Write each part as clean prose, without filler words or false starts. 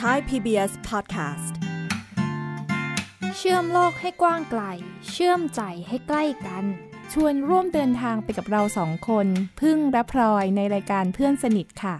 Thai PBS Podcast เชื่อมโลกให้กว้างไกลเชื่อมใจให้ใกล้กันชวนร่วมเดินทางไปกับเราสองคนพึ่งและพลอยในรายการเพื่อนสนิทค่ะ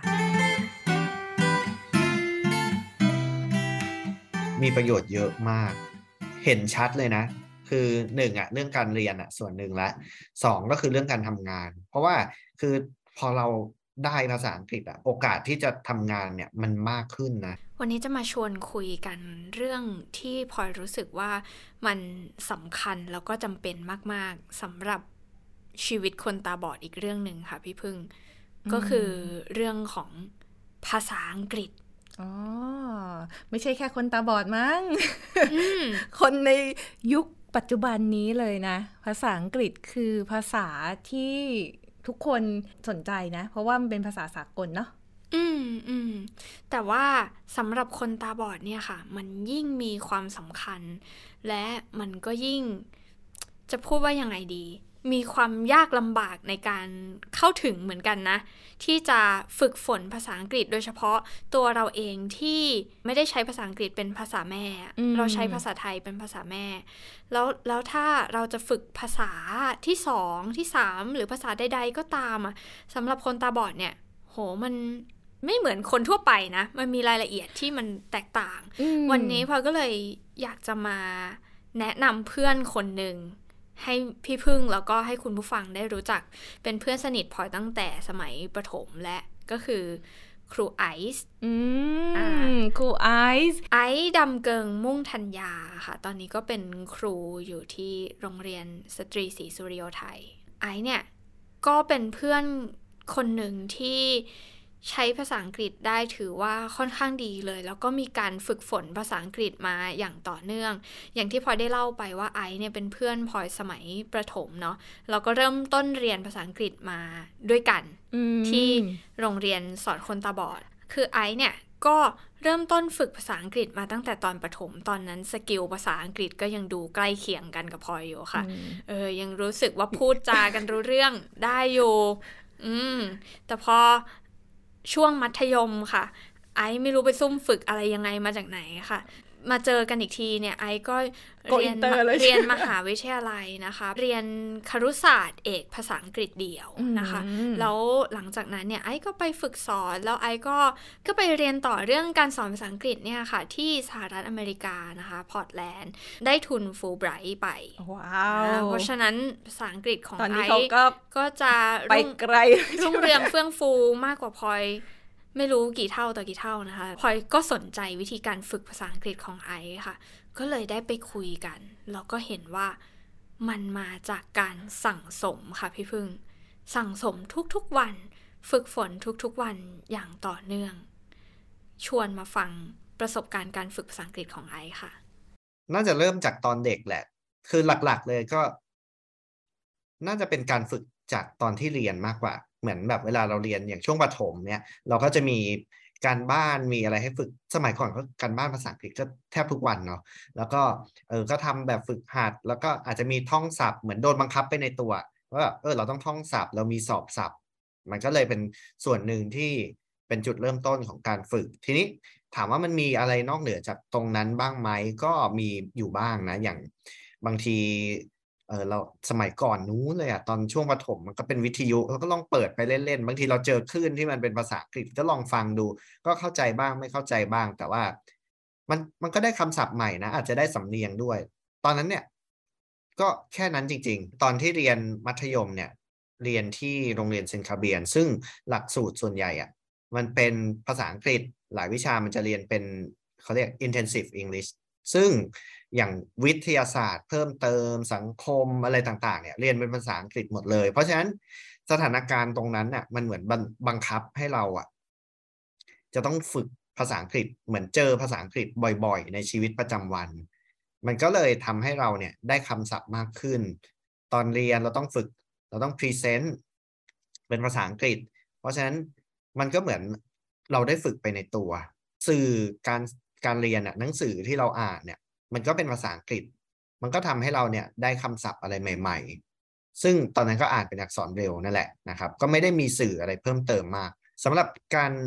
มีประโยชน์เยอะมากเห็นชัดเลยนะคือหนึ่งเรื่องการเรียนส่วนหนึ่งละสองก็คือเรื่องการทำงานเพราะว่าคือพอเราได้ภาษาอังกฤษโอกาสที่จะทำงานเนี่ยมันมากขึ้นนะวันนี้จะมาชวนคุยกันเรื่องที่พลอยรู้สึกว่ามันสำคัญแล้วก็จำเป็นมากๆสำหรับชีวิตคนตาบอดอีกเรื่องหนึ่งค่ะพี่พึ่งก็คือเรื่องของภาษาอังกฤษอ๋อไม่ใช่แค่คนตาบอดมั้ง คนในยุคปัจจุบันนี้เลยนะภาษาอังกฤษคือภาษาที่ทุกคนสนใจนะเพราะว่ามันเป็นภาษาสากลเนาะแต่ว่าสำหรับคนตาบอดเนี่ยค่ะมันยิ่งมีความสำคัญและมันก็ยิ่งจะพูดว่ายังไงดีมีความยากลำบากในการเข้าถึงเหมือนกันนะที่จะฝึกฝนภาษาอังกฤษโดยเฉพาะตัวเราเองที่ไม่ได้ใช้ภาษาอังกฤษเป็นภาษาแม่เราใช้ภาษาไทยเป็นภาษาแม่แล้วถ้าเราจะฝึกภาษาที่2ที่3หรือภาษาใดๆก็ตามสำหรับคนตาบอดเนี่ยโหมันไม่เหมือนคนทั่วไปนะมันมีรายละเอียดที่มันแตกต่างวันนี้พลอยก็เลยอยากจะมาแนะนำเพื่อนคนหนึ่งให้พี่พึ่งแล้วก็ให้คุณผู้ฟังได้รู้จักเป็นเพื่อนสนิทพลอยตั้งแต่สมัยประถมและก็คือครูไอซ์ครูไอซ์ดำเกิงมุ่งธัญญาค่ะตอนนี้ก็เป็นครูอยู่ที่โรงเรียนสตรีศรีสุริโยไทยไอซ์เนี่ยก็เป็นเพื่อนคนหนึ่งที่ใช้ภาษาอังกฤษได้ถือว่าค่อนข้างดีเลยแล้วก็มีการฝึกฝนภาษาอังกฤษมาอย่างต่อเนื่องอย่างที่พลอยได้เล่าไปว่าไอซ์เนี่ยเป็นเพื่อนพลอยสมัยประถมเนาะเราก็เริ่มต้นเรียนภาษาอังกฤษมาด้วยกันที่โรงเรียนสอนคนตาบอดคือไอซ์เนี่ยก็เริ่มต้นฝึกภาษาอังกฤษมาตั้งแต่ตอนประถมตอนนั้นสกิลภาษาอังกฤษก็ยังดูใกล้เคียงกันกับพลอยอยู่ค่ะยังรู้สึกว่าพูดจากันรู้เรื่องได้อยู่แต่พอช่วงมัธยมค่ะไอซ์ไม่รู้ไปซุ่มฝึกอะไรยังไงมาจากไหนค่ะมาเจอกันอีกทีเนี่ยไอซ์ก็เรียนมหาวิทยาลัยนะคะเรียนครุศาสตร์เอกภาษาอังกฤษเดี่ยวนะคะแล้วหลังจากนั้นเนี่ยไอซ์ก็ไปฝึกสอนแล้วไอซ์ก็ไปเรียนต่อเรื่องการสอนภาษาอังกฤษเนี่ยค่ะที่สหรัฐอเมริกานะคะพอร์ตแลนด์ได้ทุนฟูลไบรท์ไปว้าวเพราะฉะนั้นภาษาอังกฤษของไอซ์ก็จะไปไกลรุ่งเรืองเฟื่องฟูมากกว่าพลอยไม่รู้กี่เท่าต่อกี่เท่านะคะพลอยก็สนใจวิธีการฝึกภาษาอังกฤษของไอซ์ค่ะก็เลยได้ไปคุยกันแล้วก็เห็นว่ามันมาจากการสั่งสมค่ะพี่พึ่งสั่งสมทุกๆวันฝึกฝนทุกๆวันอย่างต่อเนื่องชวนมาฟังประสบการณ์การฝึกภาษาอังกฤษของไอซ์ค่ะน่าจะเริ่มจากตอนเด็กแหละคือหลักๆเลยก็น่าจะเป็นการฝึกจากตอนที่เรียนมากกว่าเหมือนแบบเวลาเราเรียนอย่างช่วงประถมเนี่ยเราก็จะมีการบ้านมีอะไรให้ฝึกสมัยก่อนก็การบ้านภาษาอังกฤษก็แทบทุกวันเนาะแล้วก็ก็ทำแบบฝึกหัดแล้วก็อาจจะมีท่องศัพท์เหมือนโดนบังคับไปในตัวว่าเราต้องท่องศัพท์เรามีสอบศัพท์มันก็เลยเป็นส่วนหนึ่งที่เป็นจุดเริ่มต้นของการฝึกทีนี้ถามว่ามันมีอะไรนอกเหนือจากตรงนั้นบ้างไหมก็มีอยู่บ้างนะอย่างบางทีเราสมัยก่อนนู้นเลยตอนช่วงประถมมันก็เป็นวิทยุเราก็ลองเปิดไปเล่นๆบางทีเราเจอคลื่นที่มันเป็นภาษาอังกฤษก็ลองฟังดูก็เข้าใจบ้างไม่เข้าใจบ้างแต่ว่ามันก็ได้คำศัพท์ใหม่นะอาจจะได้สำเนียงด้วยตอนนั้นเนี่ยก็แค่นั้นจริงๆตอนที่เรียนมัธยมเนี่ยเรียนที่โรงเรียนเซนต์คาเบียนซึ่งหลักสูตรส่วนใหญ่มันเป็นภาษาอังกฤษหลายวิชามันจะเรียนเป็นเขาเรียก intensive English ซึ่งอย่างวิทยาศาสตร์เพิ่มเติมสังคมอะไรต่างๆเนี่ยเรียนเป็นภาษาอังกฤษหมดเลยเพราะฉะนั้นสถานการณ์ตรงนั้นน่ะมันเหมือนบังคับให้เราจะต้องฝึกภาษาอังกฤษเหมือนเจอภาษาอังกฤษบ่อยๆในชีวิตประจำวันมันก็เลยทำให้เราเนี่ยได้คำศัพท์มากขึ้นตอนเรียนเราต้องฝึกเราต้องพรีเซนต์เป็นภาษาอังกฤษเพราะฉะนั้นมันก็เหมือนเราได้ฝึกไปในตัวสื่อการเรียนหนังสือที่เราอ่านเนี่ยมันก็เป็นภาษาอังกฤษมันก็ทำให้เราเนี่ยได้คำศัพท์อะไรใหม่ๆซึ่งตอนนั้นก็อ่านเป็นอักษรเบรลล์นั่นแหละนะครับก็ไม่ได้มีสื่ออะไรเพิ่มเติมมากสำหรับการ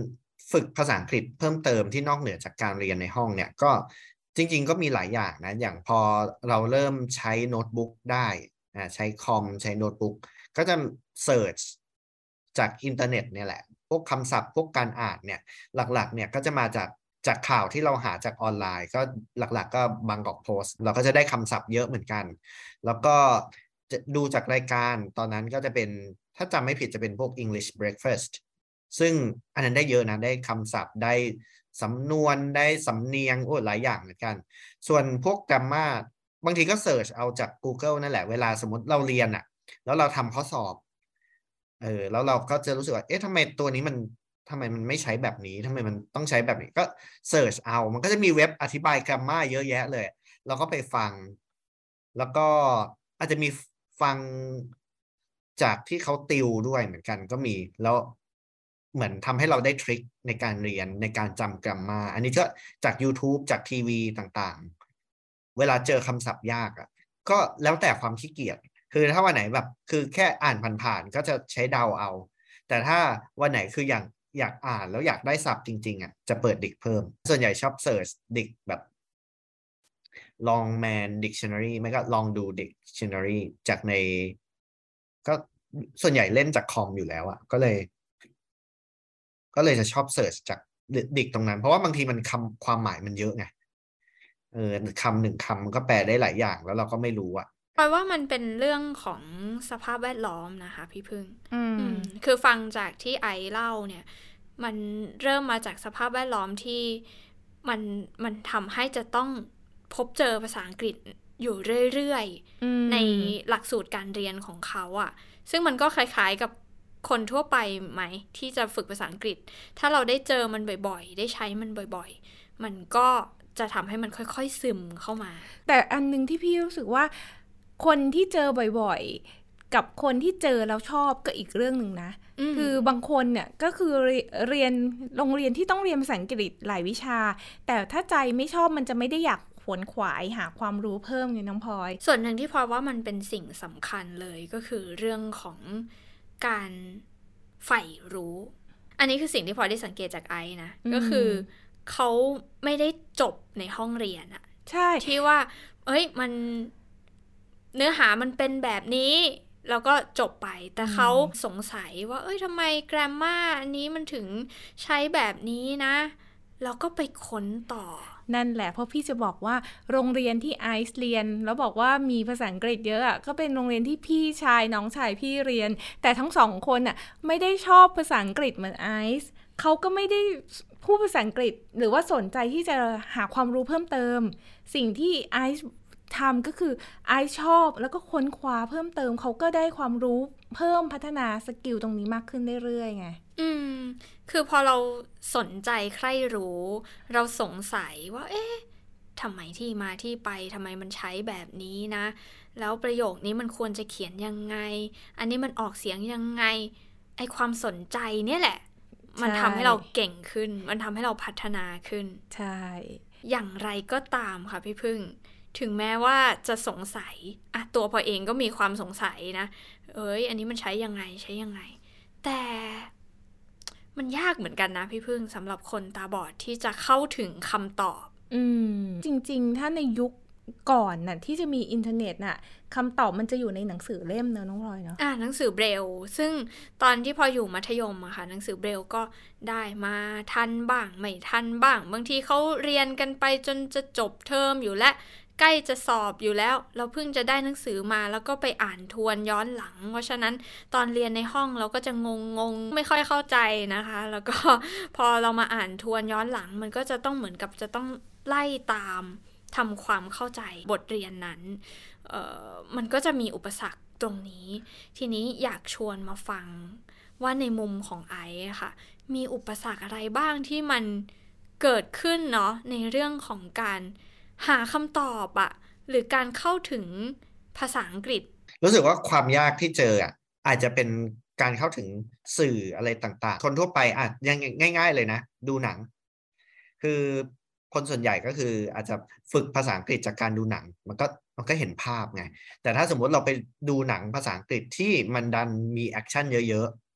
ฝึกภาษาอังกฤษเพิ่มเติมที่นอกเหนือจากการเรียนในห้องเนี่ยก็จริงๆก็มีหลายอย่างนะอย่างพอเราเริ่มใช้โน้ตบุ๊กได้ใช้คอมใช้โน้ตบุ๊กก็จะเสิร์ชจากอินเทอร์เน็ตเนี่ยแหละพวกคำศัพท์พวกการอ่านเนี่ยหลักๆเนี่ยก็จะมาจากข่าวที่เราหาจากออนไลน์ก็หลักๆก็บางกอกโพสต์เราก็จะได้คำศัพท์เยอะเหมือนกันแล้วก็จะดูจากรายการตอนนั้นก็จะเป็นถ้าจำไม่ผิดจะเป็นพวก English Breakfast ซึ่งอันนั้นได้เยอะนะได้คำศัพท์ได้สำนวนได้สำเนียงหลายอย่างเหมือนกันส่วนพวก grammar บางทีก็เสิร์ชเอาจาก Google นั่นแหละเวลาสมมติเราเรียนแล้วเราทำข้อสอบแล้วเราก็จะรู้สึกว่าทำไมตัวนี้ทำไมมันไม่ใช้แบบนี้ทำไมมันต้องใช้แบบนี้ก็เสิร์ชเอามันก็จะมีเว็บอธิบาย grammar เยอะแยะเลยเราก็ไปฟังแล้วก็อาจจะมีฟังจากที่เขาติวด้วยเหมือนกันก็มีแล้วเหมือนทำให้เราได้ทริคในการเรียนในการจำ grammar อันนี้ก็จาก YouTube จากทีวีต่างๆเวลาเจอคำศัพท์ยากก็แล้วแต่ความขี้เกียจคือถ้าวันไหนแบบคือแค่อ่านผ่านๆก็จะใช้เดาเอาแต่ถ้าวันไหนคืออยากอ่านแล้วอยากได้ศัพท์จริงๆจะเปิดดิกเพิ่มส่วนใหญ่ชอบเสิร์ชดิกแบบ Longman Dictionary ไม่ก็ลองดู Dictionary จากในก็ส่วนใหญ่เล่นจากคอมอยู่แล้วก็เลยจะชอบเสิร์ชจากดิกตรงนั้นเพราะว่าบางทีมันความหมายมันเยอะไงคำหนึ่งคำมันก็แปลได้หลายอย่างแล้วเราก็ไม่รู้แปลว่ามันเป็นเรื่องของสภาพแวดล้อมนะคะพี่พึ่งคือฟังจากที่ไอเล่าเนี่ยมันเริ่มมาจากสภาพแวดล้อมที่มันทำให้จะต้องพบเจอภาษาอังกฤษอยู่เรื่อยๆในหลักสูตรการเรียนของเขาซึ่งมันก็คล้ายๆกับคนทั่วไปไหมที่จะฝึกภาษาอังกฤษถ้าเราได้เจอมันบ่อยๆได้ใช้มันบ่อยๆมันก็จะทำให้มันค่อยๆซึมเข้ามาแต่อันนึงที่พี่รู้สึกว่าคนที่เจอบ่อยๆกับคนที่เจอแล้วชอบก็อีกเรื่องหนึ่งนะคือบางคนเนี่ยก็คือเรียนโรงเรียนที่ต้องเรียนภาษาอังกฤษหลายวิชาแต่ถ้าใจไม่ชอบมันจะไม่ได้อยากขวนขวายหาความรู้เพิ่มไงน้องพลอยส่วนหนึ่งที่พลอยว่ามันเป็นสิ่งสำคัญเลยก็คือเรื่องของการใฝ่รู้อันนี้คือสิ่งที่พลอยได้สังเกตจากไอซ์นะก็คือเขาไม่ได้จบในห้องเรียนใช่ที่ว่ามันเนื้อหามันเป็นแบบนี้แล้วก็จบไปแต่เขาสงสัยว่าทำไม grammar อันนี้มันถึงใช้แบบนี้นะแล้วก็ไปค้นต่อนั่นแหละเพราะพี่จะบอกว่าโรงเรียนที่ไอซ์เรียนแล้วบอกว่ามีภาษาอังกฤษเยอะก็เป็นโรงเรียนที่พี่ชายน้องชายพี่เรียนแต่ทั้งสองคนไม่ได้ชอบภาษาอังกฤษเหมือนไอซ์เขาก็ไม่ได้พูดภาษาอังกฤษหรือว่าสนใจที่จะหาความรู้เพิ่มเติมสิ่งที่ไอซ์ทำก็คือไอซ์ชอบแล้วก็ค้นคว้าเพิ่มเติมเขาก็ได้ความรู้เพิ่มพัฒนาสกิลตรงนี้มากขึ้นเรื่อยๆไงคือพอเราสนใจใคร่รู้เราสงสัยว่าทำไมที่มาที่ไปทำไมมันใช้แบบนี้นะแล้วประโยคนี้มันควรจะเขียนยังไงอันนี้มันออกเสียงยังไงไอความสนใจเนี่ยแหละมันทำให้เราเก่งขึ้นมันทำให้เราพัฒนาขึ้นใช่อย่างไรก็ตามค่ะพี่พึ่งถึงแม้ว่าจะสงสัยตัวพอเองก็มีความสงสัยนะอันนี้มันใช้ยังไงแต่มันยากเหมือนกันนะพี่พึ่งสำหรับคนตาบอดที่จะเข้าถึงคำตอบจริงๆถ้าในยุคก่อนน่ะที่จะมีอินเทอร์เน็ตน่ะคำตอบมันจะอยู่ในหนังสือเล่มเนอะน้องพลอยเนาะหนังสือเบรลซึ่งตอนที่พออยู่มัธยมค่ะหนังสือเบรลก็ได้มาทันบ้างไม่ทันบ้างบางทีเขาเรียนกันไปจนจะจบเทอมอยู่และใกล้จะสอบอยู่แล้วเราเพิ่งจะได้หนังสือมาแล้วก็ไปอ่านทวนย้อนหลังเพราะฉะนั้นตอนเรียนในห้องเราก็จะงงไม่ค่อยเข้าใจนะคะแล้วก็พอเรามาอ่านทวนย้อนหลังมันก็จะต้องเหมือนกับจะต้องไล่ตามทำความเข้าใจบทเรียนนั้นมันก็จะมีอุปสรรคตรงนี้ทีนี้อยากชวนมาฟังว่าในมุมของไอซ์ค่ะมีอุปสรรคอะไรบ้างที่มันเกิดขึ้นเนาะในเรื่องของการหาคำตอบหรือการเข้าถึงภาษาอังกฤษรู้สึกว่าความยากที่เจออาจจะเป็นการเข้าถึงสื่ออะไรต่างๆคนทั่วไปยังง่ายๆเลยนะดูหนังคือคนส่วนใหญ่ก็คืออาจจะฝึกภาษาอังกฤษจากการดูหนังมันก็เห็นภาพไงแต่ถ้าสมมติเราไปดูหนังภาษาอังกฤษที่มันดันมีแอคชั่นเยอะ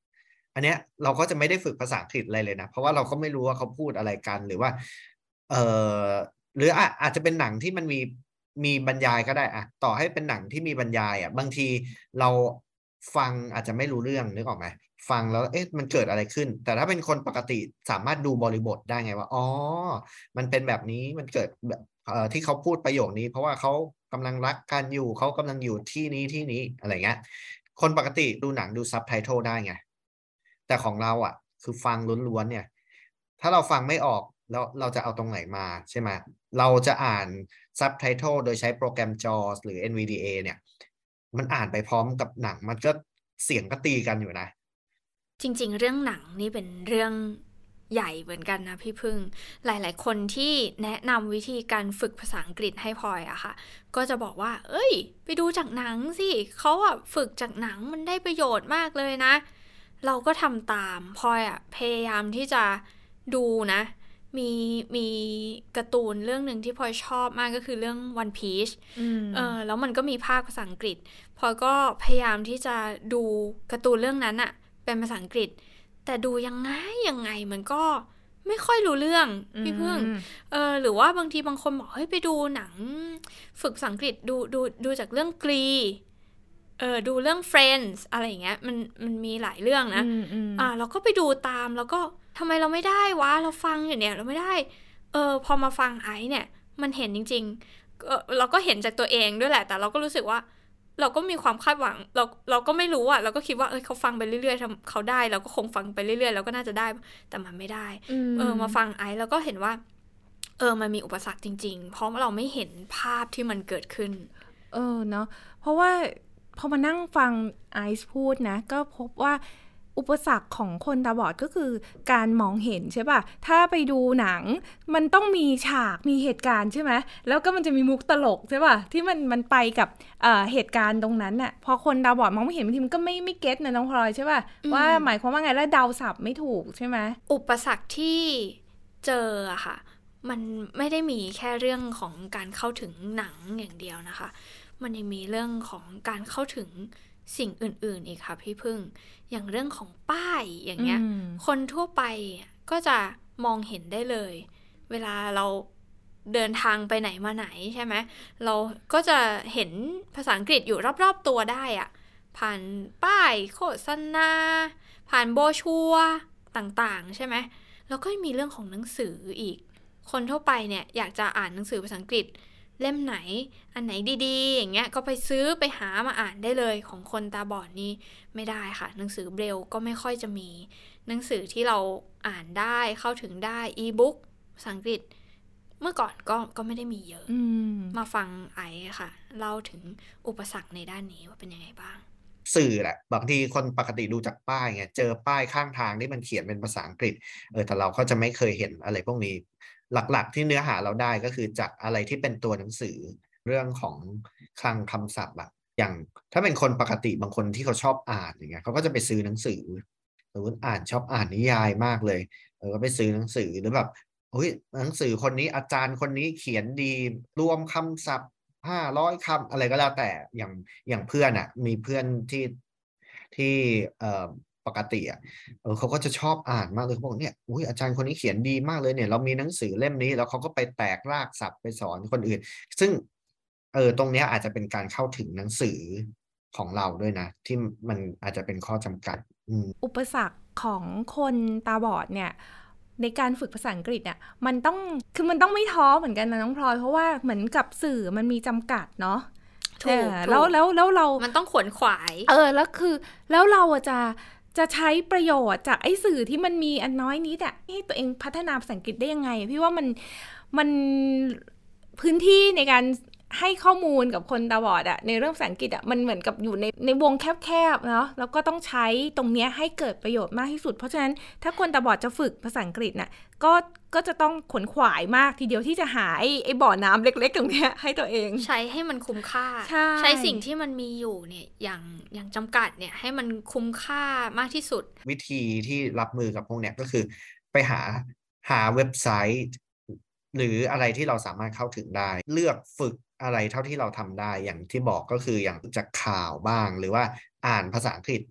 อันเนี้ยเราก็จะไม่ได้ฝึกภาษาอังกฤษอะไรเลยนะเพราะว่าเราก็ไม่รู้ว่าเขาพูดอะไรกันหรือว่าเออหรืออาจจะเป็นหนังที่มันมีบรรยายก็ได้อะต่อให้เป็นหนังที่มีบรรยายอะบางทีเราฟังอาจจะไม่รู้เรื่องนึกออกไหมฟังแล้วเอ๊ะมันเกิดอะไรขึ้นแต่ถ้าเป็นคนปกติสามารถดูบริบทได้ไงว่าอ๋อมันเป็นแบบนี้มันเกิดแบบที่เขาพูดประโยคนี้เพราะว่าเขากำลังรักกันอยู่เขากำลังอยู่ที่นี้อะไรเงี้ยคนปกติดูหนังดูซับไตเติลได้ไงแต่ของเราอ่ะคือฟังล้วนๆเนี่ยถ้าเราฟังไม่ออกแล้วเราจะเอาตรงไหนมาใช่ไหมเราจะอ่านซับไตเติลโดยใช้โปรแกรม JAWS หรือ NVDA เนี่ยมันอ่านไปพร้อมกับหนังมันก็เสียงก็ตีกันอยู่นะจริงๆเรื่องหนังนี่เป็นเรื่องใหญ่เหมือนกันนะพี่พึ่งหลายๆคนที่แนะนำวิธีการฝึกภาษาอังกฤษให้พลอยอะค่ะก็จะบอกว่าเอ้ยไปดูจากหนังสิเขาอะฝึกจากหนังมันได้ประโยชน์มากเลยนะเราก็ทำตามพลอยอะพยายามที่จะดูนะมีการ์ตูนเรื่องหนึ่งที่พลอยชอบมากก็คือเรื่อง One Piece แล้วมันก็มีภาคภาษาอังกฤษพลอยก็พยายามที่จะดูการ์ตูนเรื่องนั้นอะเป็นภาษาอังกฤษแต่ดูยังไงมันก็ไม่ค่อยรู้เรื่องพี่พึ่งหรือว่าบางทีบางคนบอกเฮ้ยไปดูหนังฝึกภาษาอังกฤษดูจากเรื่องกรีดูเรื่อง Friends อะไรอย่างเงี้ยมันมีหลายเรื่องนะเราก็ไปดูตามแล้วก็ทำไมเราไม่ได้วะเราฟังอยู่เนี่ยเราไม่ได้พอมาฟังไอซ์เนี่ยมันเห็นจริงๆเราก็เห็นจากตัวเองด้วยแหละแต่เราก็รู้สึกว่าเราก็มีความคาดหวังเราก็ไม่รู้อ่ะเราก็คิดว่าเขาฟังไปเรื่อยๆทำเขาได้เราก็คงฟังไปเรื่อยๆเราก็น่าจะได้แต่มันไม่ได้มาฟังไอซ์แล้วก็เห็นว่ามันมีอุปสรรคจริงๆเพราะเราไม่เห็นภาพที่มันเกิดขึ้นเนาะเพราะว่าพอมานั่งฟังไอซ์พูดนะก็พบว่าอุปสรรคของคนตาบอดก็คือการมองเห็นใช่ป่ะถ้าไปดูหนังมันต้องมีฉากมีเหตุการณ์ใช่ไหมแล้วก็มันจะมีมุกตลกใช่ป่ะที่มันไปกับเหตุการณ์ตรงนั้นน่ะพอคนตาบอดมองไม่เห็นบางทีมันก็ไม่เก็ตนะน้องพลอยใช่ป่ะว่าหมายความว่าไงแล้วเดาศัพท์ไม่ถูกใช่ไหมอุปสรรคที่เจออะค่ะมันไม่ได้มีแค่เรื่องของการเข้าถึงหนังอย่างเดียวนะคะมันยังมีเรื่องของการเข้าถึงสิ่งอื่นๆอีกค่ะพี่พึ่งอย่างเรื่องของป้ายอย่างเงี้ยคนทั่วไปก็จะมองเห็นได้เลยเวลาเราเดินทางไปไหนมาไหนใช่ไหมเราก็จะเห็นภาษาอังกฤษอยู่รอบๆตัวได้อะผ่านป้ายโฆษณาผ่านโบรชัวร์ต่างๆใช่ไหมแล้วก็มีเรื่องของหนังสืออีกคนทั่วไปเนี่ยอยากจะอ่านหนังสือภาษาอังกฤษเล่มไหนอันไหนดีๆอย่างเงี้ยก็ไปซื้อไปหามาอ่านได้เลยของคนตาบอดนี่ไม่ได้ค่ะหนังสือเบรลก็ไม่ค่อยจะมีหนังสือที่เราอ่านได้เข้าถึงได้อีบุ๊กภาษาอังกฤษเมื่อก่อนก็ไม่ได้มีเยอะมาฟังไอค่ะเล่าถึงอุปสรรคในด้านนี้ว่าเป็นยังไงบ้างสื่อแหละบางทีคนปกติดูจากป้ายไงเจอป้ายข้างทางที่มันเขียนเป็นภาษาอังกฤษแต่เราก็จะไม่เคยเห็นอะไรพวกนี้หลักๆที่เนื้อหาเราได้ก็คือจากอะไรที่เป็นตัวหนังสือเรื่องของคลังคำศัพท์อะอย่างถ้าเป็นคนปกติบางคนที่เขาชอบอ่านอย่างเงี้ยเขาก็จะไปซื้อหนังสือสมมติชอบอ่านนิยายมากเลยก็ไปซื้อหนังสือหรือแบบหนังสือคนนี้อาจารย์คนนี้เขียนดีรวมคำศัพท์500 คำอะไรก็แล้วแต่อย่างเพื่อนอ่ะมีเพื่อนที่ปกติอ่ะเขาก็จะชอบอ่านมากเลยเขาบอกเนี่ยอาจารย์คนนี้เขียนดีมากเลยเนี่ยเรามีหนังสือเล่มนี้แล้วเขาก็ไปแตกรากศัพท์ไปสอนคนอื่นซึ่งตรงเนี้ยอาจจะเป็นการเข้าถึงหนังสือของเราด้วยนะที่มันอาจจะเป็นข้อจำกัดอุปสรรคของคนตาบอดเนี่ยในการฝึกภาษาอังกฤษเนี่ยมันต้องไม่ท้อเหมือนกันนะน้องพลอยเพราะว่าเหมือนกับสื่อมันมีจำกัดเนาะถูกแล้วเรามันต้องขวนขวายแล้วเราจะใช้ประโยชน์จากไอ้สื่อที่มันมีอันน้อยนิดอ่ะให้ตัวเองพัฒนาภาษาอังกฤษได้ยังไงพี่ว่ามันพื้นที่ในการให้ข้อมูลกับคนตาบอดอะในเรื่องภาษาอังกฤษอะมันเหมือนกับอยู่ในวงแคบๆเนาะแล้วก็ต้องใช้ตรงเนี้ยให้เกิดประโยชน์มากที่สุดเพราะฉะนั้นถ้าคนตาบอดจะฝึกภาษาอังกฤษน่ะก็จะต้องขวนขวายมากทีเดียวที่จะหาไอ้บ่อน้ำเล็กๆตรงเนี้ยให้ตัวเองใช้ให้มันคุ้มค่าใช้สิ่งที่มันมีอยู่เนี่ยอย่างจำกัดเนี่ยให้มันคุ้มค่ามากที่สุดวิธีที่รับมือกับพวกเนี้ยก็คือไปหาเว็บไซต์หรืออะไรที่เราสามารถเข้าถึงได้เลือกฝึกอะไรเท่าที่เราทำได้อย่างที่บอกก็คืออย่างจากข่าวบ้างหรือว่าอ่านภาษาอังกฤษ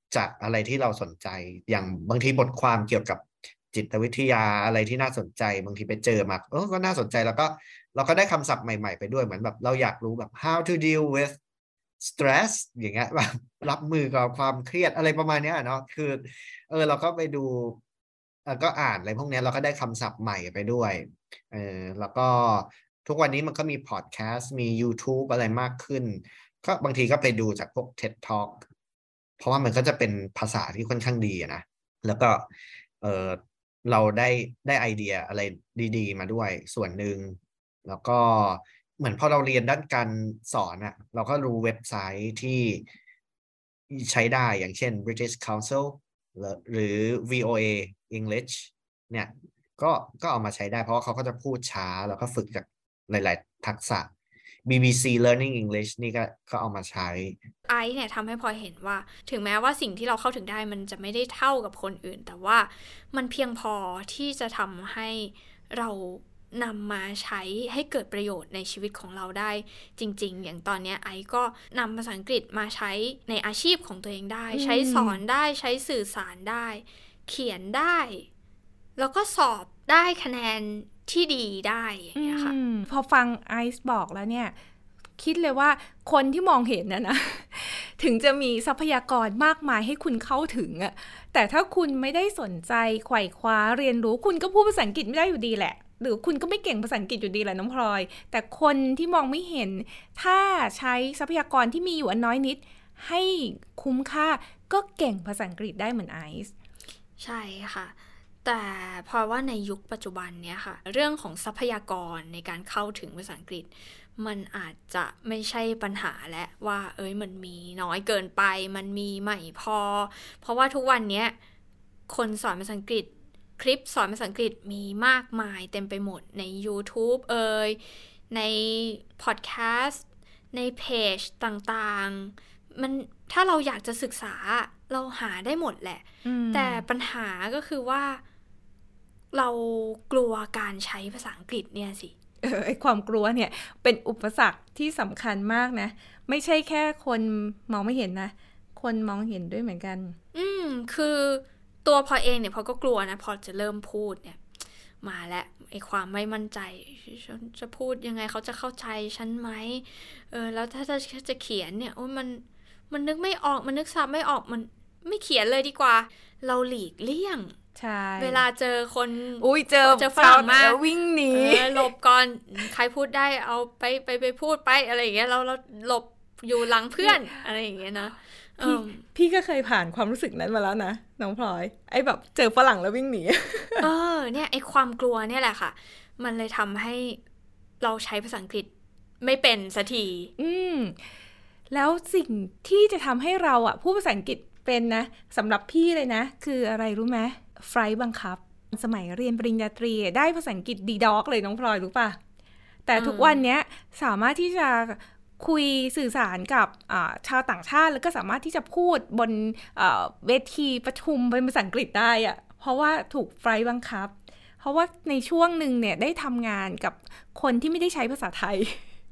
จากอะไรที่เราสนใจอย่างบางทีบทความเกี่ยวกับจิตวิทยาอะไรที่น่าสนใจบางทีไปเจอมาก็น่าสนใจแล้วก็เราก็ได้คำศัพท์ใหม่ๆไปด้วยเหมือนแบบเราอยากรู้แบบ how to deal with stress อย่างเงี้ยแบบรับมือกับความเครียดอะไรประมาณนี้เนาะคือเราก็ไปดูก็อ่านอะไรพวกนี้เราก็ได้คำศัพท์ใหม่ไปด้วยแล้วก็ทุกวันนี้มันก็มีพอดแคสต์มี YouTube อะไรมากขึ้นก็บางทีก็ไปดูจากพวก TED Talk เพราะว่ามันก็จะเป็นภาษาที่ค่อนข้างดีนะแล้วก็เราได้ไอเดียอะไรดีๆมาด้วยส่วนหนึ่งแล้วก็เหมือนพอเราเรียนด้านการสอนอะเราก็รู้เว็บไซต์ที่ใช้ได้อย่างเช่น British Council หรือ VOA English เนี่ยก็เอามาใช้ได้เพราะว่าเขาก็จะพูดช้าแล้วก็ฝึกจากหลายๆทักษะ BBC Learning English นี่ก็เอามาใช้ไอซ์เนี่ยทำให้พลอยเห็นว่าถึงแม้ว่าสิ่งที่เราเข้าถึงได้มันจะไม่ได้เท่ากับคนอื่นแต่ว่ามันเพียงพอที่จะทำให้เรานำมาใช้ให้เกิดประโยชน์ในชีวิตของเราได้จริงๆอย่างตอนนี้ไอซ์ก็นำภาษาอังกฤษมาใช้ในอาชีพของตัวเองได้ใช้สอนได้ใช้สื่อสารได้เขียนได้แล้วก็สอบได้คะแนนที่ดีได้อย่างเงี้ยค่ะพอฟังไอซ์บอกแล้วเนี่ยคิดเลยว่าคนที่มองเห็นนะถึงจะมีทรัพยากรมากมายให้คุณเข้าถึงอะแต่ถ้าคุณไม่ได้สนใจไขว่คว้าเรียนรู้คุณก็พูดภาษาอังกฤษไม่ได้อยู่ดีแหละหรือคุณก็ไม่เก่งภาษาอังกฤษอยู่ดีแหละน้องพลอยแต่คนที่มองไม่เห็นถ้าใช้ทรัพยากรที่มีอยู่อันน้อยนิดให้คุ้มค่าก็เก่งภาษาอังกฤษได้เหมือนไอซ์ใช่ค่ะแต่พอว่าในยุคปัจจุบันเนี้ยค่ะเรื่องของทรัพยากรในการเข้าถึงภาษาอังกฤษมันอาจจะไม่ใช่ปัญหาและว่ามันมีน้อยเกินไปมันมีไม่พอเพราะว่าทุกวันนี้คนสอนภาษาอังกฤษคลิปสอนภาษาอังกฤษมีมากมายเต็มไปหมดใน YouTube ในพอดแคสต์ในเพจต่างๆมันถ้าเราอยากจะศึกษาเราหาได้หมดแหละแต่ปัญหาก็คือว่าเรากลัวการใช้ภาษาอังกฤษเนี่ยสิไอ้ความกลัวเนี่ยเป็นอุปสรรคที่สำคัญมากนะไม่ใช่แค่คนมองไม่เห็นนะคนมองเห็นด้วยเหมือนกันคือตัวพอเองเนี่ยพอก็กลัวนะพอจะเริ่มพูดเนี่ยมาแล้วไอ้ความไม่มั่นใจฉันจะพูดยังไงเขาจะเข้าใจฉันไหมแล้วถ้าจะเขียนเนี่ยมันนึกไม่ออกมันนึกซับไม่ออกมันไม่เขียนเลยดีกว่าเราหลีกเลี่ยงเวลาเจอคนเจอฝรั่งมาวิ่งหนีหลบก่อนใครพูดได้เอาไปพูดไปอะไรอย่างเงี้ยเราหลบอยู่หลังเพื่อนอะไรอย่างเงี้ยนะพี่ก็เคยผ่านความรู้สึกนั้นมาแล้วนะน้องพลอยไอ้แบบเจอฝรั่งแล้ววิ่งหนีเนี่ยไอ้ความกลัวเนี่ยแหละค่ะมันเลยทำให้เราใช้ภาษาอังกฤษไม่เป็นสักทีแล้วสิ่งที่จะทำให้เราพูดภาษาอังกฤษเป็นนะสำหรับพี่เลยนะคืออะไรรู้ไหมไฟล์บังคับสมัยเรียนปริญญาตรีได้ภาษาอังกฤษดีด็อกเลยน้องพลอยรู้ป่ะแต่ทุกวันนี้สามารถที่จะคุยสื่อสารกับชาวต่างชาติแล้วก็สามารถที่จะพูดบนเวทีประชุมเป็นภาษาอังกฤษได้เพราะว่าถูกไฟล์บังคับเพราะว่าในช่วงหนึ่งเนี่ยได้ทำงานกับคนที่ไม่ได้ใช้ภาษาไทย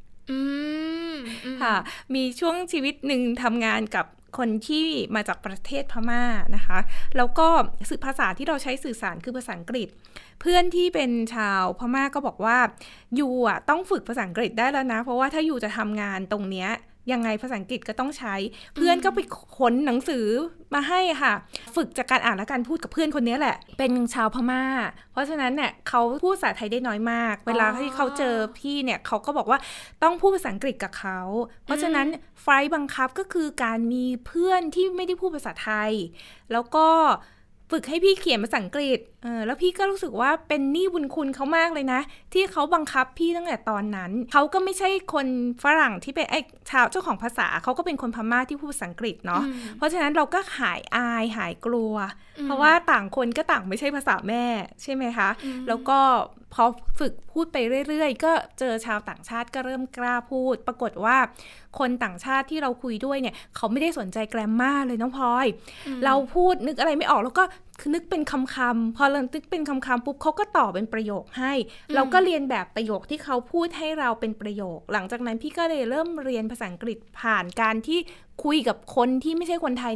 ค่ะมีช่วงชีวิตหนึ่งทำงานกับคนที่มาจากประเทศพม่านะคะแล้วก็ภาษาที่เราใช้สื่อสารคือภาษาอังกฤษเพื่อนที่เป็นชาวพม่าก็บอกว่ายูต้องฝึกภาษาอังกฤษได้แล้วนะเพราะว่าถ้ายูจะทำงานตรงเนี้ยยังไงภาษาอังกฤษก็ต้องใช้เพื่อนก็ไปค้นหนังสือมาให้ค่ะฝึกจากการอ่านและการพูดกับเพื่อนคนนี้แหละเป็นชาวพม่าเพราะฉะนั้นเนี่ยเขาพูดภาษาไทยได้น้อยมากเวลาที่เขาเจอพี่เนี่ยเขาก็บอกว่าต้องพูดภาษาอังกฤษกับเขาเพราะฉะนั้นไฟล์บังคับก็คือการมีเพื่อนที่ไม่ได้พูดภาษาไทยแล้วก็ฝึกให้พี่เขียนภาษาอังกฤษแล้วพี่ก็รู้สึกว่าเป็นหนี้บุญคุณเขามากเลยนะที่เขาบังคับพี่ตั้งแต่ตอนนั้นเขาก็ไม่ใช่คนฝรั่งที่เป็นไอ้ชาวเจ้าของภาษาเขาก็เป็นคนพม่าที่พูดภาษาอังกฤษเนาะเพราะฉะนั้นเราก็หายอายหายกลัวเพราะว่าต่างคนก็ต่างไม่ใช่ภาษาแม่ใช่ไหมคะแล้วก็พอฝึกพูดไปเรื่อยๆก็เจอชาวต่างชาติก็เริ่มกล้าพูดปรากฏว่าคนต่างชาติที่เราคุยด้วยเนี่ยเขาไม่ได้สนใจแกรมม่าเลยน้องพลอยเราพูดนึกอะไรไม่ออกแล้วก็คือนึกเป็นคำพอเรานึกเป็นคำปุ๊บเขาก็ต่อเป็นประโยคให้เราก็เรียนแบบประโยคที่เขาพูดให้เราเป็นประโยคหลังจากนั้นพี่ก็เลยเริ่มเรียนภาษาอังกฤษผ่านการที่คุยกับคนที่ไม่ใช่คนไทยนี่แหละ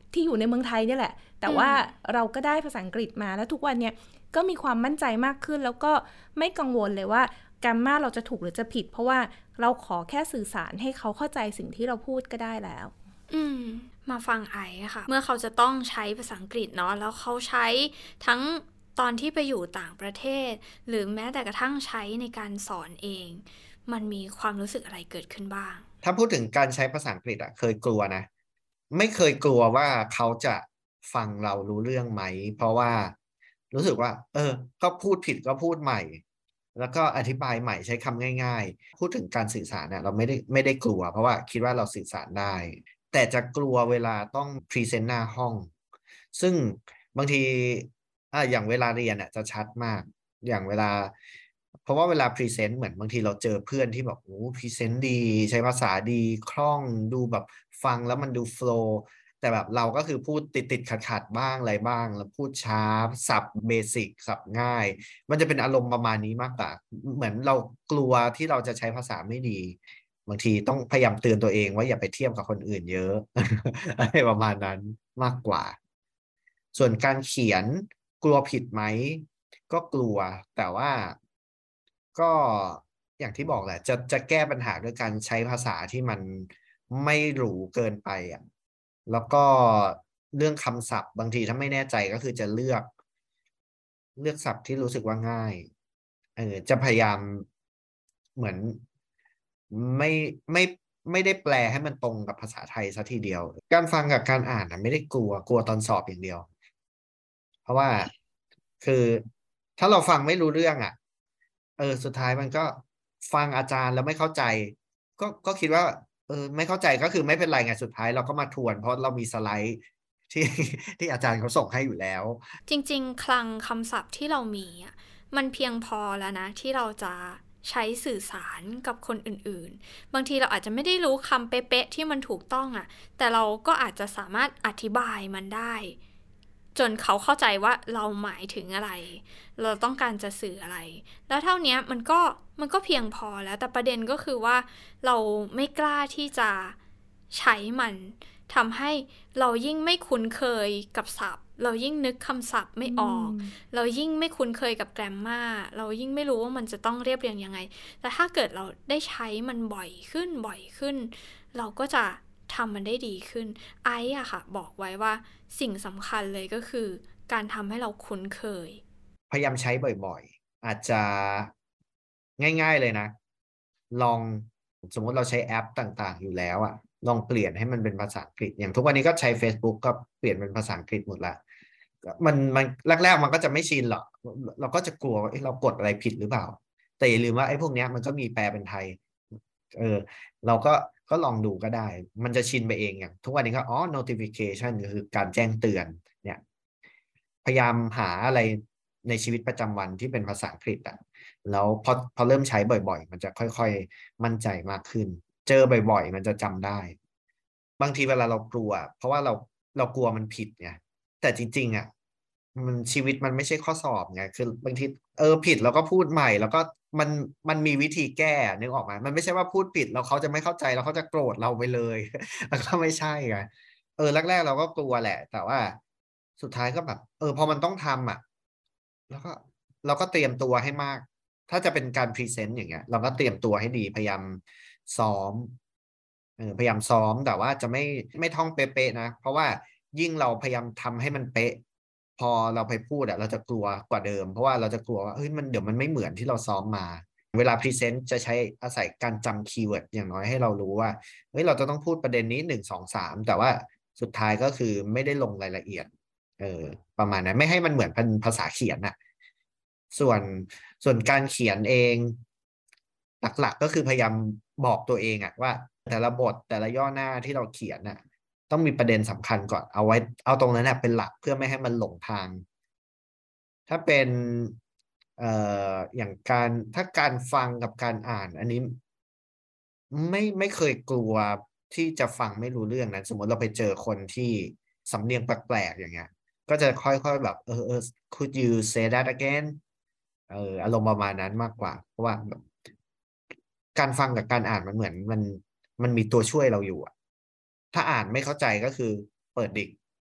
ที่อยู่ในเมืองไทยนี่แหละแต่ว่าเราก็ได้ภาษาอังกฤษมาแล้วทุกวันเนี่ยก็มีความมั่นใจมากขึ้นแล้วก็ไม่กังวลเลยว่าแกรมม่าเราจะถูกหรือจะผิดเพราะว่าเราขอแค่สื่อสารให้เขาเข้าใจสิ่งที่เราพูดก็ได้แล้วมาฟังไอซ์ค่ะเมื่อเขาจะต้องใช้ภาษาอังกฤษเนาะแล้วเขาใช้ทั้งตอนที่ไปอยู่ต่างประเทศหรือแม้แต่กระทั่งใช้ในการสอนเองมันมีความรู้สึกอะไรเกิดขึ้นบ้างถ้าพูดถึงการใช้ภาษาอังกฤษอะเคยกลัวนะไม่เคยกลัวว่าเขาจะฟังเรารู้เรื่องไหมเพราะว่ารู้สึกว่าก็พูดผิดก็พูดใหม่แล้วก็อธิบายใหม่ใช้คำง่ายๆพูดถึงการสื่อสารเนี่ยเราไม่ได้กลัวเพราะว่าคิดว่าเราสื่อสารได้แต่จะกลัวเวลาต้องพรีเซนต์หน้าห้องซึ่งบางทีอย่างเวลาเรียนจะชัดมากอย่างเวลาเพราะว่าเวลาพรีเซนต์เหมือนบางทีเราเจอเพื่อนที่แบบโอ้พรีเซนต์ดีใช้ภาษาดีคล่องดูแบบฟังแล้วมันดูโฟลว์แต่แบบเราก็คือพูดติดขัดบ้างอะไรบ้างแล้วพูดช้าสับเบสิกสับง่ายมันจะเป็นอารมณ์ประมาณนี้มากกว่าเหมือนเรากลัวที่เราจะใช้ภาษาไม่ดีบางทีต้องพยายามเตือนตัวเองว่าอย่าไปเทียบกับคนอื่นเยอะ อะไรประมาณนั้นมากกว่าส่วนการเขียนกลัวผิดไหมก็กลัวแต่ว่าก็อย่างที่บอกแหละจะแก้ปัญหาด้วยการใช้ภาษาที่มันไม่หรูเกินไปแล้วก็เรื่องคำศัพท์บางทีถ้าไม่แน่ใจก็คือจะเลือกศัพท์ที่รู้สึกว่าง่ายจะพยายามเหมือนไม่ไม่ได้แปลให้มันตรงกับภาษาไทยซะทีเดียวการฟังกับการอ่านไม่ได้กลัวตอนสอบอย่างเดียวเพราะว่าคือถ้าเราฟังไม่รู้เรื่องสุดท้ายมันก็ฟังอาจารย์แล้วไม่เข้าใจก็คิดว่าไม่เข้าใจก็คือไม่เป็นไรไงสุดท้ายเราก็มาทวนเพราะเรามีสไลด์ที่อาจารย์เขาส่งให้อยู่แล้วจริงๆคลังคำศัพท์ที่เรามีมันเพียงพอแล้วนะที่เราจะใช้สื่อสารกับคนอื่นๆบางทีเราอาจจะไม่ได้รู้คำเป๊ะๆที่มันถูกต้องแต่เราก็อาจจะสามารถอธิบายมันได้จนเขาเข้าใจว่าเราหมายถึงอะไรเราต้องการจะสื่ออะไรแล้วเท่านี้มันก็เพียงพอแล้วแต่ประเด็นก็คือว่าเราไม่กล้าที่จะใช้มันทำให้เรายิ่งไม่คุ้นเคยกับศัพท์เรายิ่งนึกคำศัพท์ไม่ออกเรายิ่งไม่คุ้นเคยกับแกรมมาเรายิ่งไม่รู้ว่ามันจะต้องเรียบเรียงยังไงแต่ถ้าเกิดเราได้ใช้มันบ่อยขึ้นเราก็จะทำมันได้ดีขึ้นไอ้ค่ะบอกไว้ว่าสิ่งสำคัญเลยก็คือการทำให้เราคุ้นเคยพยายามใช้บ่อยๆอาจจะง่ายๆเลยนะลองสมมติเราใช้แอปต่างๆอยู่แล้วลองเปลี่ยนให้มันเป็นภาษาอังกฤษอย่างทุกวันนี้ก็ใช้ Facebook ก็เปลี่ยนเป็นภาษาอังกฤษหมดละมันแรกๆมันก็จะไม่ชินหรอกเราก็จะกลัวว่าเรากดอะไรผิดหรือเปล่าแต่อย่าลืมว่าไอ้พวกนี้มันก็มีแปลเป็นไทยเราก็ลองดูก็ได้มันจะชินไปเองอย่างทุกวันนี้ก็notification คือการแจ้งเตือนเนี่ยพยายามหาอะไรในชีวิตประจำวันที่เป็นภาษาอังกฤษแล้วพอเริ่มใช้บ่อยๆมันจะค่อยๆมั่นใจมากขึ้นเจอบ่อยๆมันจะจำได้บางทีเวลาเรากลัวเพราะว่าเรากลัวมันผิดไงแต่จริงๆมันชีวิตมันไม่ใช่ข้อสอบไงคือบางทีผิดแล้วก็พูดใหม่แล้วก็มันมีวิธีแก้นึกออกไหมมันไม่ใช่ว่าพูดผิดแล้วเขาจะไม่เข้าใจแล้วเขาจะโกรธเราไปเลยแล้วก็ไม่ใช่ไงแรกๆเราก็กลัวแหละแต่ว่าสุดท้ายก็แบบพอมันต้องทำแล้วก็เราก็เตรียมตัวให้มากถ้าจะเป็นการพรีเซนต์อย่างเงี้ยเราก็เตรียมตัวให้ดีพยายามซ้อมพยายามซ้อมแต่ว่าจะไม่ท่องเป๊ะๆนะเพราะว่ายิ่งเราพยายามทำให้มันเป๊ะพอเราไปพูดเราจะกลัวกว่าเดิมเพราะว่าเราจะกลัวว่าเฮ้ยเดี๋ยวมันไม่เหมือนที่เราซ้อมมาเวลาพรีเซนต์จะใช้อาศัยการจำคีย์เวิร์ดอย่างน้อยให้เรารู้ว่าเฮ้ยเราจะต้องพูดประเด็นนี้1 2 3แต่ว่าสุดท้ายก็คือไม่ได้ลงรายละเอียดประมาณนั้นไม่ให้มันเหมือนเป็นภาษาเขียนส่วนการเขียนเองหลักๆก็คือพยายามบอกตัวเองว่าแต่ละบทแต่ละย่อหน้าที่เราเขียนต้องมีประเด็นสำคัญก่อนเอาตรงนั้นเป็นหลักเพื่อไม่ให้มันหลงทางถ้าเป็นอย่างถ้าการฟังกับการอ่านอันนี้ไม่เคยกลัวที่จะฟังไม่รู้เรื่องนะสมมติเราไปเจอคนที่สำเนียงแปลกๆอย่างเงี้ยก็จะค่อยๆแบบcould you say that again อารมณ์ประมาณนั้นมากกว่าเพราะว่าการฟังกับการอ่านมันเหมือนมันมีตัวช่วยเราอยู่ถ้าอ่านไม่เข้าใจก็คือเปิดดิก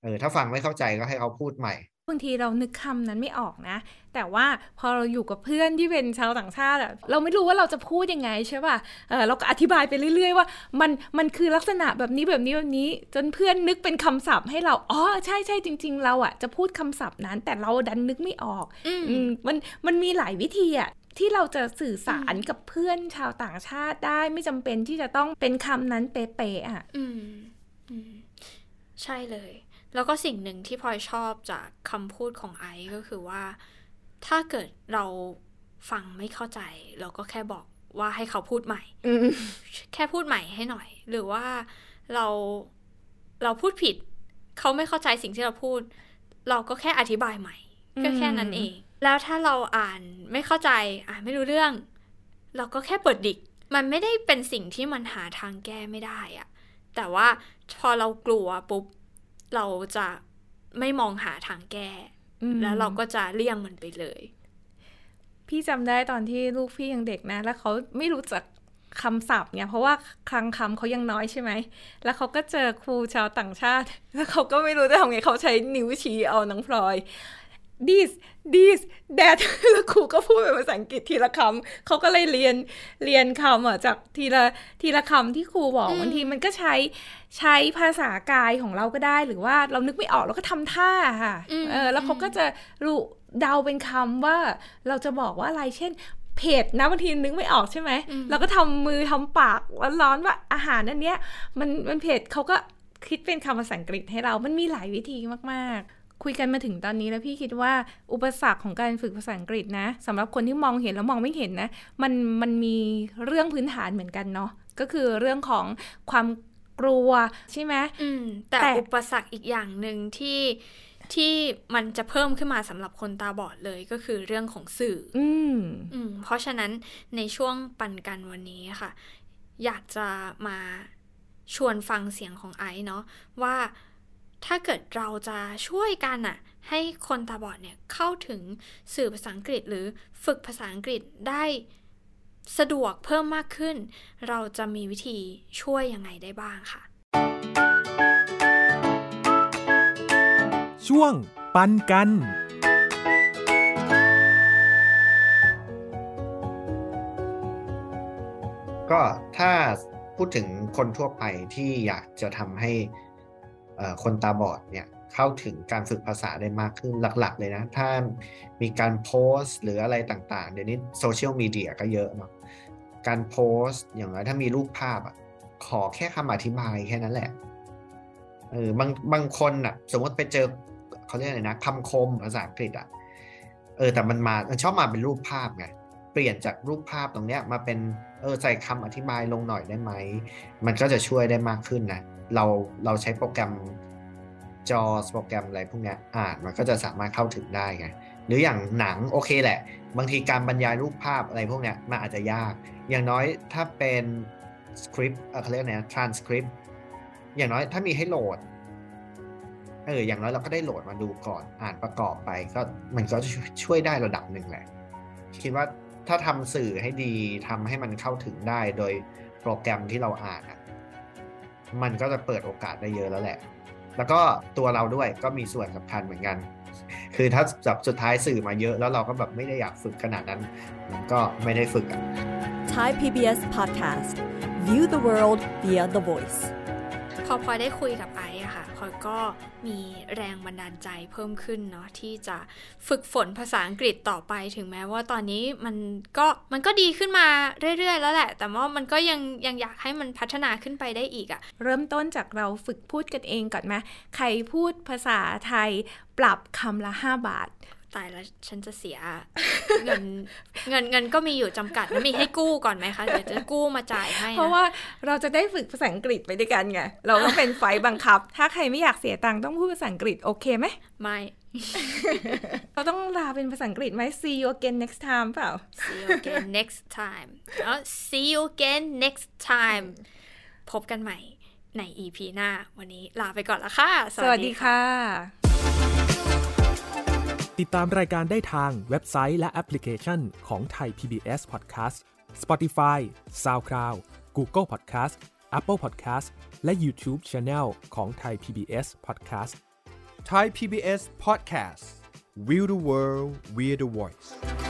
ถ้าฟังไม่เข้าใจก็ให้เขาพูดใหม่บางทีเรานึกคำนั้นไม่ออกนะแต่ว่าพอเราอยู่กับเพื่อนที่เป็นชาวต่างชาติอะเราไม่รู้ว่าเราจะพูดยังไงใช่ป่ะเราก็อธิบายไปเรื่อยๆว่ามันคือลักษณะแบบนี้แบบนี้แบบนี้จนเพื่อนนึกเป็นคำศัพท์ให้เราอ๋อใช่ใช่จริงๆเราอะจะพูดคำศัพท์นั้นแต่เราดันนึกไม่ออกมันมีหลายวิธีอะที่เราจะสื่อสารกับเพื่อนชาวต่างชาติได้ไม่จำเป็นที่จะต้องเป็นคำนั้นเป๊ะๆอะใช่เลยแล้วก็สิ่งหนึ่งที่พลอยชอบจากคำพูดของไอซ์ก็คือว่าถ้าเกิดเราฟังไม่เข้าใจเราก็แค่บอกว่าให้เขาพูดใหม่แค่พูดใหม่ให้หน่อยหรือว่าเราพูดผิดเขาไม่เข้าใจสิ่งที่เราพูดเราก็แค่อธิบายใหม่ก็แค่นั้นเองแล้วถ้าเราอ่านไม่เข้าใจอ่านไม่รู้เรื่องเราก็แค่เปิดดิกมันไม่ได้เป็นสิ่งที่มันหาทางแก้ไม่ได้อะแต่ว่าพอเรากลัวปุ๊บเราจะไม่มองหาทางแก้แล้วเราก็จะเลี่ยงมันไปเลยพี่จำได้ตอนที่ลูกพี่ยังเด็กนะแล้วเขาไม่รู้จักคำศัพท์เนี่ยเพราะว่าคลังคำเขายังน้อยใช่ไหมแล้วเขาก็เจอครูชาวต่างชาติแล้วเขาก็ไม่รู้จะทำไงเขาใช้นิ้วชี้เอาน้องพลอย this that แล้วครูก็พูดเป็นภาษาอังกฤษทีละคำเขาก็เลยเรียนคำอ่ะจากทีละคำที่ครูบอกบางทีมันก็ใช้ภาษากายของเราก็ได้หรือว่าเรานึกไม่ออกเราก็ทำท่าค่ะแล้วเขาก็จะรู้เดาเป็นคำว่าเราจะบอกว่าอะไรเช่นเผ็ดนะบางทีนึกไม่ออกใช่ไหมเราก็ทำมือทำปากร้อนๆว่าอาหารอันเนี้ยมันเผ็ดเขาก็คิดเป็นคำภาษาอังกฤษให้เรามันมีหลายวิธีมากๆคุยกันมาถึงตอนนี้แล้วพี่คิดว่าอุปสรรคของการฝึกภาษาอังกฤษนะสำหรับคนที่มองเห็นแล้วมองไม่เห็นนะมันมีเรื่องพื้นฐานเหมือนกันเนาะก็คือเรื่องของความกลัวใช่ไหมแต่อุปสรรคอีกอย่างหนึ่งที่มันจะเพิ่มขึ้นมาสำหรับคนตาบอดเลยก็คือเรื่องของสื่อเพราะฉะนั้นในช่วงปันกันวันนี้ค่ะอยากจะมาชวนฟังเสียงของไอซ์เนาะว่าถ้าเกิดเราจะช่วยกันอะให้คนตาบอดเนี่ยเข้าถึงสื่อภาษาอังกฤษหรือฝึกภาษาอังกฤษได้สะดวกเพิ่มมากขึ้นเราจะมีวิธีช่วยยังไงได้บ้างค่ะช่วงปันกันก็ถ้าพูดถึงคนทั่วไปที่อยากจะทำให้คนตาบอดเนี่ยเข้าถึงการฝึกภาษาได้มากขึ้นหลักๆเลยนะถ้ามีการโพสต์หรืออะไรต่างๆเดี๋ยวนี้โซเชียลมีเดียก็เยอะเนาะการโพสต์อย่างไรถ้ามีรูปภาพขอแค่คำอธิบายแค่นั้นแหละบางคนสมมติไปเจอเขาเรียกอะไรนะคำคมภาษาอังกฤษแต่มันชอบมาเป็นรูปภาพไงเปลี่ยนจากรูปภาพตรงเนี้ยมาเป็นใส่คำอธิบายลงหน่อยได้ไหมมันก็จะช่วยได้มากขึ้นนะเราใช้โปรแกรมJAWSโปรแกรมอะไรพวกเนี้ยมันก็จะสามารถเข้าถึงได้ไงหรืออย่างหนังโอเคแหละบางทีการบรรยายรูปภาพอะไรพวกเนี้ยมันอาจจะยากอย่างน้อยถ้าเป็นสคริปต์เขาเรียกนะทรานสคริปต์อย่างน้อยถ้ามีให้โหลดอย่างน้อยเราก็ได้โหลดมาดูก่อนอ่านประกอบไปก็มันก็ช่วยได้ระดับหนึ่งแหละคิดว่าถ้าทำสื่อให้ดีทำให้มันเข้าถึงได้โดยโปรแกรมที่เราอ่านมันก็จะเปิดโอกาสได้เยอะแล้วแหละแล้วก็ตัวเราด้วยก็มีส่วนสำคัญเหมือนกันคือถ้าสุดท้ายสื่อมาเยอะแล้วเราก็แบบไม่ได้อยากฝึกขนาดนั้นมันก็ไม่ได้ฝึก Thai PBS Podcast View the world via the voice พอได้คุยกับไอซ์อะค่ะพอก็มีแรงบันดาลใจเพิ่มขึ้นเนาะที่จะฝึกฝนภาษาอังกฤษต่อไปถึงแม้ว่าตอนนี้มันก็ดีขึ้นมาเรื่อยๆแล้วแหละแต่ว่ามันก็ยังอยากให้มันพัฒนาขึ้นไปได้อีกอะเริ่มต้นจากเราฝึกพูดกันเองก่อนไหมใครพูดภาษาไทยปรับคำละ5 บาทตายแล้วฉันจะเสียเงินก็มีอยู่จำกัดแล้วมีให้กู้ก่อนไหมคะเดี๋ยวจะกู้มาจ่ายให้เพราะว่าเราจะได้ฝึกภาษาอังกฤษไปด้วยกันไงเราต้องเป็นไฟบังคับถ้าใครไม่อยากเสียตังค์ต้องพูดภาษาอังกฤษโอเคไหมไม่เราต้องลาเป็นภาษาอังกฤษไหม see you again next time เปล่า see you again next time see you again next time พบกันใหม่ใน EP หน้าวันนี้ลาไปก่อนละค่ะสวัสดีค่ะติดตามรายการได้ทางเว็บไซต์และแอปพลิเคชันของ Thai PBS Podcast Spotify SoundCloud Google Podcast Apple Podcast และ YouTube Channel ของ Thai PBS Podcast Thai PBS Podcast. We the world, we the voice.